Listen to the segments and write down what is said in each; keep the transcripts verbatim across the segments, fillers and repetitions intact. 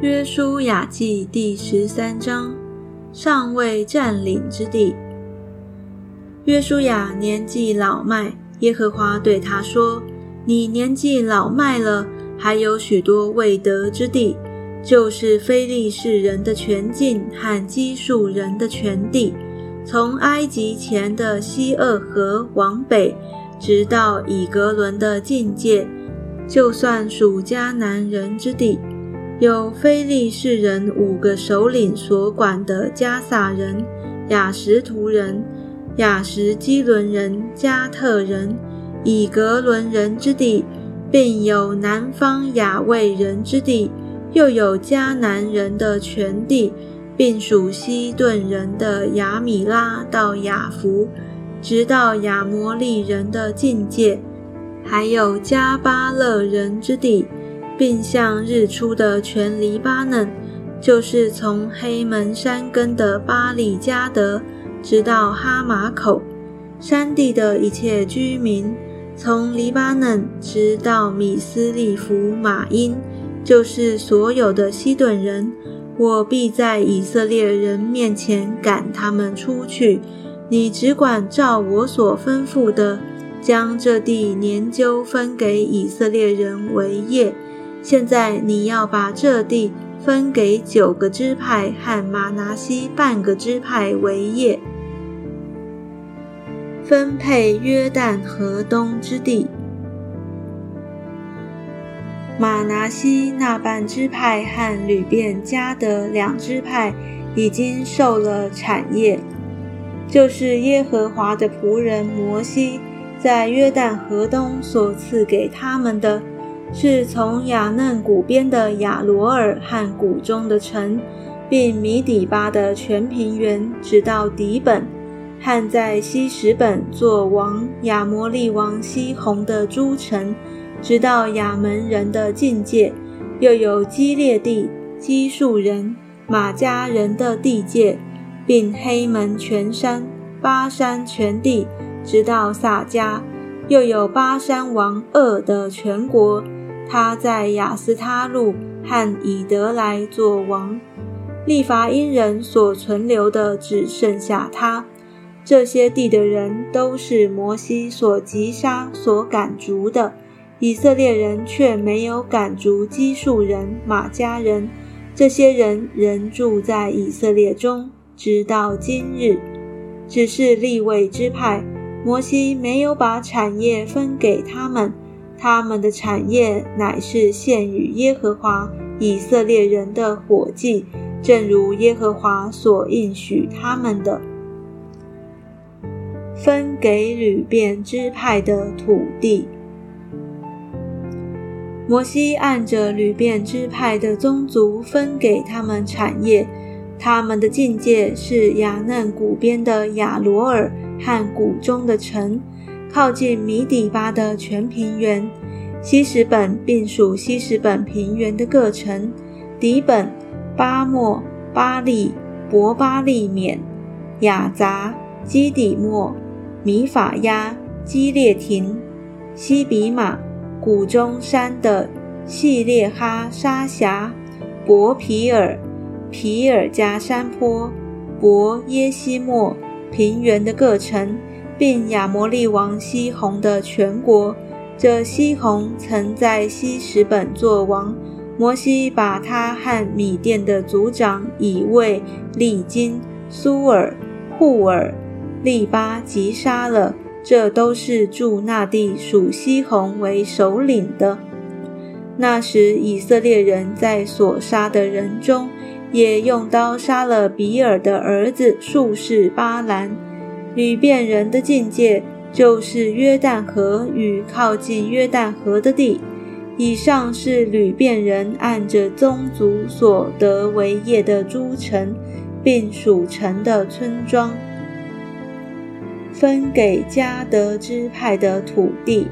约书亚记第十三章，尚未占领之地。约书亚年纪老迈，耶和华对他说：你年纪老迈了，还有许多未得之地，就是非利士人的全境和基述人的全地，从埃及前的西厄河往北，直到以革伦的境界，就算属迦南人之地。有非利士人五个首领所管的加撒人、亚实图人、亚实基伦人、加特人、以革伦人之地，并有南方亚卫人之地，又有迦南人的全地，并属西顿人的亚米拉到雅弗，直到亚摩利人的境界，还有加巴勒人之地，并向日出的全黎巴嫩，就是从黑门山根的巴利迦得，直到哈马口，山地的一切居民，从黎巴嫩直到米斯利弗马因，就是所有的西顿人，我必在以色列人面前赶他们出去。你只管照我所吩咐的，将这地年究分给以色列人为业。现在你要把这地分给九个支派和玛拿西半个支派为业，分配约旦河东之地。玛拿西那半支派和吕便迦得两支派已经受了产业，就是耶和华的仆人摩西在约旦河东所赐给他们的，是从雅嫩谷边的亚罗尔和谷中的城，并米底巴的全平原，直到底本，和在西什本作王亚摩利王西宏的诸城，直到亚门人的境界，又有基列地、基述人、马加人的地界，并黑门全山、巴山全地，直到撒迦，又有巴山王噩的全国，他在亚斯他路和以德来作王。利乏音人所存留的只剩下他。这些地的人都是摩西所击杀所赶逐的，以色列人却没有赶逐基述人、马加人，这些人仍住在以色列中，直到今日。只是利未支派，摩西没有把产业分给他们，他们的产业乃是献与耶和华以色列人的火祭，正如耶和华所应许他们的。分给吕便支派的土地。摩西按着吕便支派的宗族分给他们产业，他们的境界是雅嫩谷边的亚罗尔和谷中的城，靠近米底巴的全平原，西什本并属西什本平原的各城，底本、巴莫、巴利、伯巴利缅、雅杂、基底莫、米法亚、基列亭、西比马、谷中山的细列哈沙辖、伯皮尔、皮尔加山坡、伯耶西莫平原的各城，并亚摩利王西宏的全国。这西宏曾在西什本作王，摩西把他和米甸的族长以卫、利金、苏尔、户尔、利巴击杀了，这都是住那地属西宏为首领的。那时以色列人在所杀的人中，也用刀杀了比尔的儿子术士巴兰。吕便人的境界就是约旦河与靠近约旦河的地。以上是吕便人按着宗族所得为业的诸城，并属城的村庄。分给迦得支派的土地。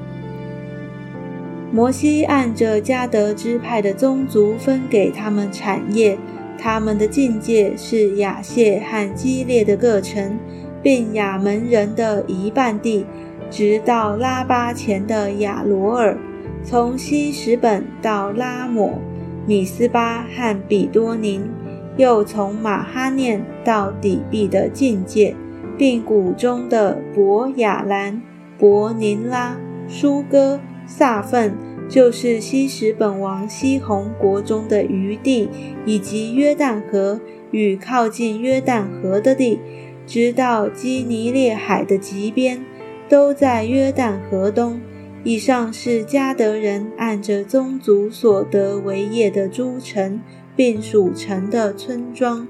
摩西按着迦得支派的宗族分给他们产业，他们的境界是亚谢和基列的各城，并亚门人的一半地，直到拉巴前的亚罗尔，从西什本到拉抹， 米斯巴和比多宁，又从马哈念到底壁的境界，并谷中的伯亚兰、伯宁拉、舒哥、撒粪，就是西什本王西宏国中的余地，以及约旦河与靠近约旦河的地，直到基尼列海的极边，都在约旦河东。以上是迦得人按着宗族所得为业的诸城，并属城的村庄。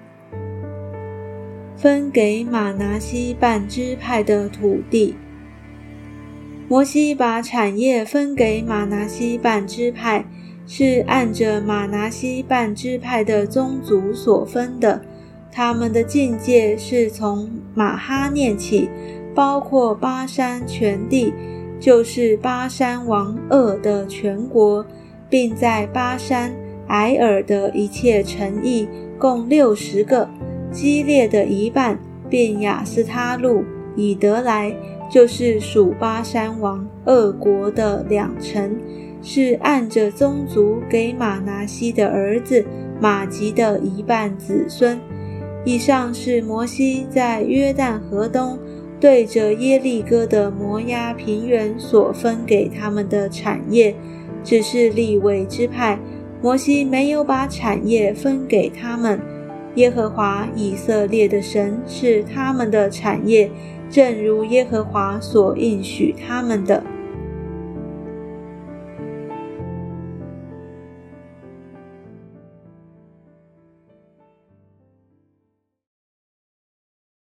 分给玛拿西半支派的土地。摩西把产业分给玛拿西半支派，是按着玛拿西半支派的宗族所分的。他们的境界是从马哈念起，包括巴山全地，就是巴山王噩的全国，并在巴山、埃尔的一切城邑，共六十个，基列的一半，并亚斯他路、以得来，就是属巴山王噩国的两城，是按着宗族给马拿西的儿子马吉的一半子孙。以上是摩西在约旦河东对着耶利哥的摩押平原所分给他们的产业，只是利未支派，摩西没有把产业分给他们。耶和华以色列的神是他们的产业，正如耶和华所应许他们的。